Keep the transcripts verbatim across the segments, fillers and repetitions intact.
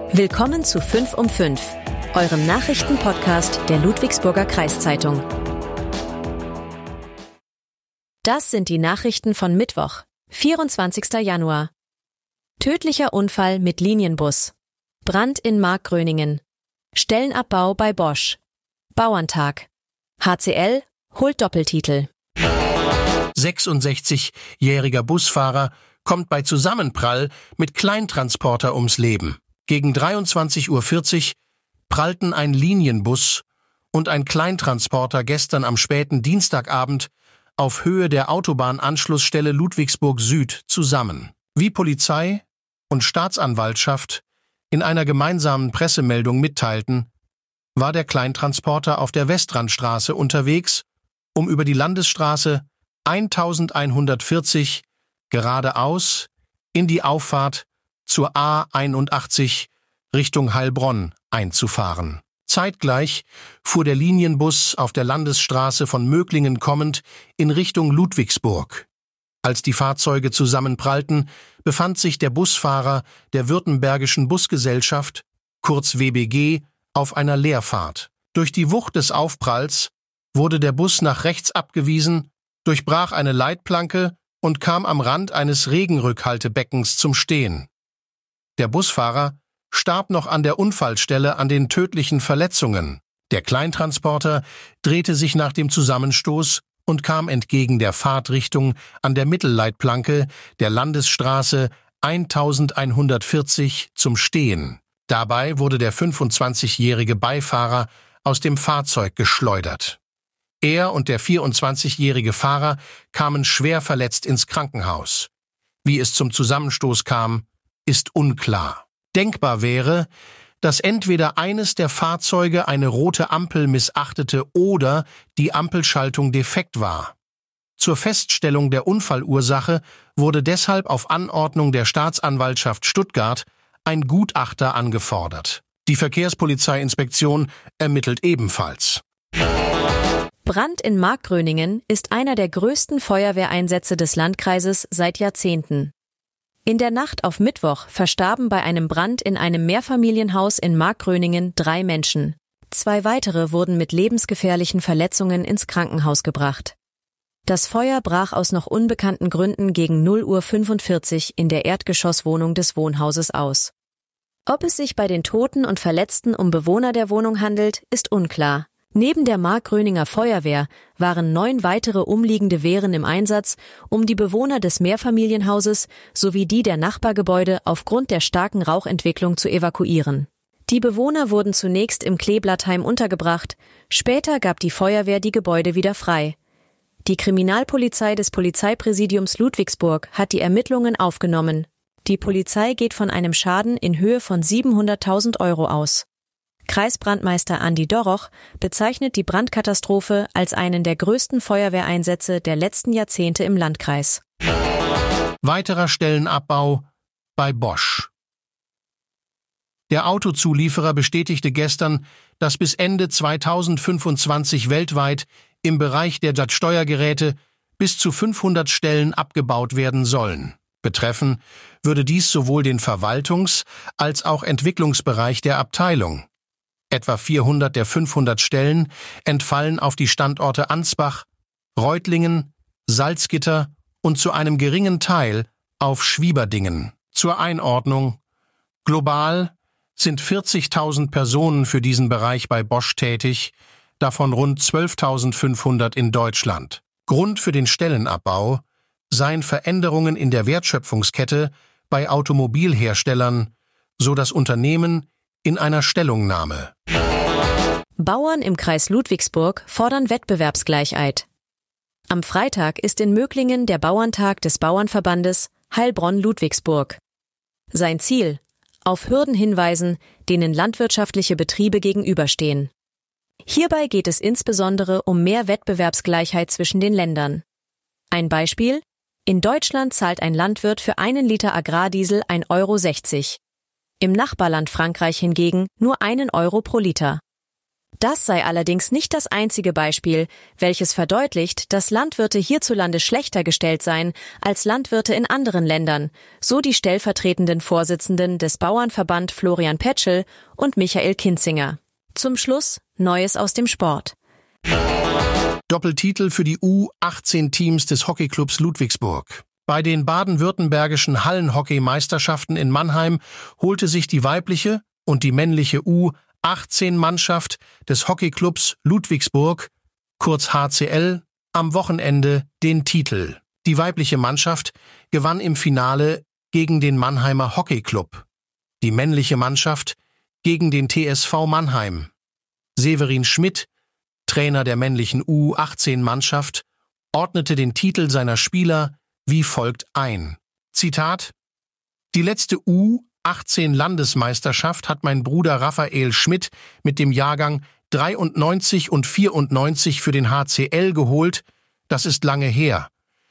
Willkommen zu fünf um fünf, eurem Nachrichtenpodcast der Ludwigsburger Kreiszeitung. Das sind die Nachrichten von Mittwoch, vierundzwanzigster Januar. Tödlicher Unfall mit Linienbus. Brand in Markgröningen. Stellenabbau bei Bosch. Bauerntag. H C L holt Doppeltitel. sechsundsechzigjähriger Busfahrer kommt bei Zusammenprall mit Kleintransporter ums Leben. Gegen dreiundzwanzig Uhr vierzig prallten ein Linienbus und ein Kleintransporter gestern am späten Dienstagabend auf Höhe der Autobahnanschlussstelle Ludwigsburg Süd zusammen. Wie Polizei und Staatsanwaltschaft in einer gemeinsamen Pressemeldung mitteilten, war der Kleintransporter auf der Westrandstraße unterwegs, um über die Landesstraße elfhundertvierzig geradeaus in die Auffahrt zur A einundachtzig Richtung Heilbronn einzufahren. Zeitgleich fuhr der Linienbus auf der Landesstraße von Möglingen kommend in Richtung Ludwigsburg. Als die Fahrzeuge zusammenprallten, befand sich der Busfahrer der Württembergischen Busgesellschaft, kurz W B G, auf einer Leerfahrt. Durch die Wucht des Aufpralls wurde der Bus nach rechts abgewiesen, durchbrach eine Leitplanke und kam am Rand eines Regenrückhaltebeckens zum Stehen. Der Busfahrer starb noch an der Unfallstelle an den tödlichen Verletzungen. Der Kleintransporter drehte sich nach dem Zusammenstoß und kam entgegen der Fahrtrichtung an der Mittelleitplanke der Landesstraße elfhundertvierzig zum Stehen. Dabei wurde der fünfundzwanzigjährige Beifahrer aus dem Fahrzeug geschleudert. Er und der vierundzwanzigjährige Fahrer kamen schwer verletzt ins Krankenhaus. Wie es zum Zusammenstoß kam, ist unklar. Denkbar wäre, dass entweder eines der Fahrzeuge eine rote Ampel missachtete oder die Ampelschaltung defekt war. Zur Feststellung der Unfallursache wurde deshalb auf Anordnung der Staatsanwaltschaft Stuttgart ein Gutachter angefordert. Die Verkehrspolizeiinspektion ermittelt ebenfalls. Brand in Markgröningen ist einer der größten Feuerwehreinsätze des Landkreises seit Jahrzehnten. In der Nacht auf Mittwoch verstarben bei einem Brand in einem Mehrfamilienhaus in Markgröningen drei Menschen. Zwei weitere wurden mit lebensgefährlichen Verletzungen ins Krankenhaus gebracht. Das Feuer brach aus noch unbekannten Gründen gegen null Uhr fünfundvierzig in der Erdgeschosswohnung des Wohnhauses aus. Ob es sich bei den Toten und Verletzten um Bewohner der Wohnung handelt, ist unklar. Neben der Markgröninger Feuerwehr waren neun weitere umliegende Wehren im Einsatz, um die Bewohner des Mehrfamilienhauses sowie die der Nachbargebäude aufgrund der starken Rauchentwicklung zu evakuieren. Die Bewohner wurden zunächst im Kleeblattheim untergebracht, später gab die Feuerwehr die Gebäude wieder frei. Die Kriminalpolizei des Polizeipräsidiums Ludwigsburg hat die Ermittlungen aufgenommen. Die Polizei geht von einem Schaden in Höhe von siebenhunderttausend Euro aus. Kreisbrandmeister Andi Doroch bezeichnet die Brandkatastrophe als einen der größten Feuerwehreinsätze der letzten Jahrzehnte im Landkreis. Weiterer Stellenabbau bei Bosch. Der Autozulieferer bestätigte gestern, dass bis Ende zweitausendfünfundzwanzig weltweit im Bereich der J A T-Steuergeräte bis zu fünfhundert Stellen abgebaut werden sollen. Betreffen würde dies sowohl den Verwaltungs- als auch Entwicklungsbereich der Abteilung. Etwa vierhundert der fünfhundert Stellen entfallen auf die Standorte Ansbach, Reutlingen, Salzgitter und zu einem geringen Teil auf Schwieberdingen. Zur Einordnung: Global sind vierzigtausend Personen für diesen Bereich bei Bosch tätig, davon rund zwölftausendfünfhundert in Deutschland. Grund für den Stellenabbau seien Veränderungen in der Wertschöpfungskette bei Automobilherstellern, so das Unternehmen in einer Stellungnahme. Bauern im Kreis Ludwigsburg fordern Wettbewerbsgleichheit. Am Freitag ist in Möglingen der Bauerntag des Bauernverbandes Heilbronn-Ludwigsburg. Sein Ziel: auf Hürden hinweisen, denen landwirtschaftliche Betriebe gegenüberstehen. Hierbei geht es insbesondere um mehr Wettbewerbsgleichheit zwischen den Ländern. Ein Beispiel: In Deutschland zahlt ein Landwirt für einen Liter Agrardiesel ein Euro sechzig. Im Nachbarland Frankreich hingegen nur einen Euro pro Liter. Das sei allerdings nicht das einzige Beispiel, welches verdeutlicht, dass Landwirte hierzulande schlechter gestellt seien als Landwirte in anderen Ländern, so die stellvertretenden Vorsitzenden des Bauernverband Florian Petschel und Michael Kinzinger. Zum Schluss Neues aus dem Sport. Doppeltitel für die U achtzehn Teams des Hockeyclubs Ludwigsburg. Bei den baden-württembergischen Hallenhockey-Meisterschaften in Mannheim holte sich die weibliche und die männliche U achtzehn Mannschaft des Hockeyclubs Ludwigsburg, kurz H C L, am Wochenende den Titel. Die weibliche Mannschaft gewann im Finale gegen den Mannheimer Hockeyclub. Die männliche Mannschaft gegen den T S V Mannheim. Severin Schmidt, Trainer der männlichen U achtzehn Mannschaft, ordnete den Titel seiner Spieler wie folgt ein. Zitat: Die letzte U achtzehn Landesmeisterschaft hat mein Bruder Raphael Schmidt mit dem Jahrgang dreiundneunzig und vierundneunzig für den H C L geholt. Das ist lange her.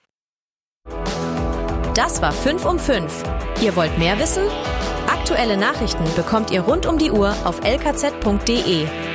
Das war fünf um fünf. Ihr wollt mehr wissen? Aktuelle Nachrichten bekommt ihr rund um die Uhr auf l k z punkt d e.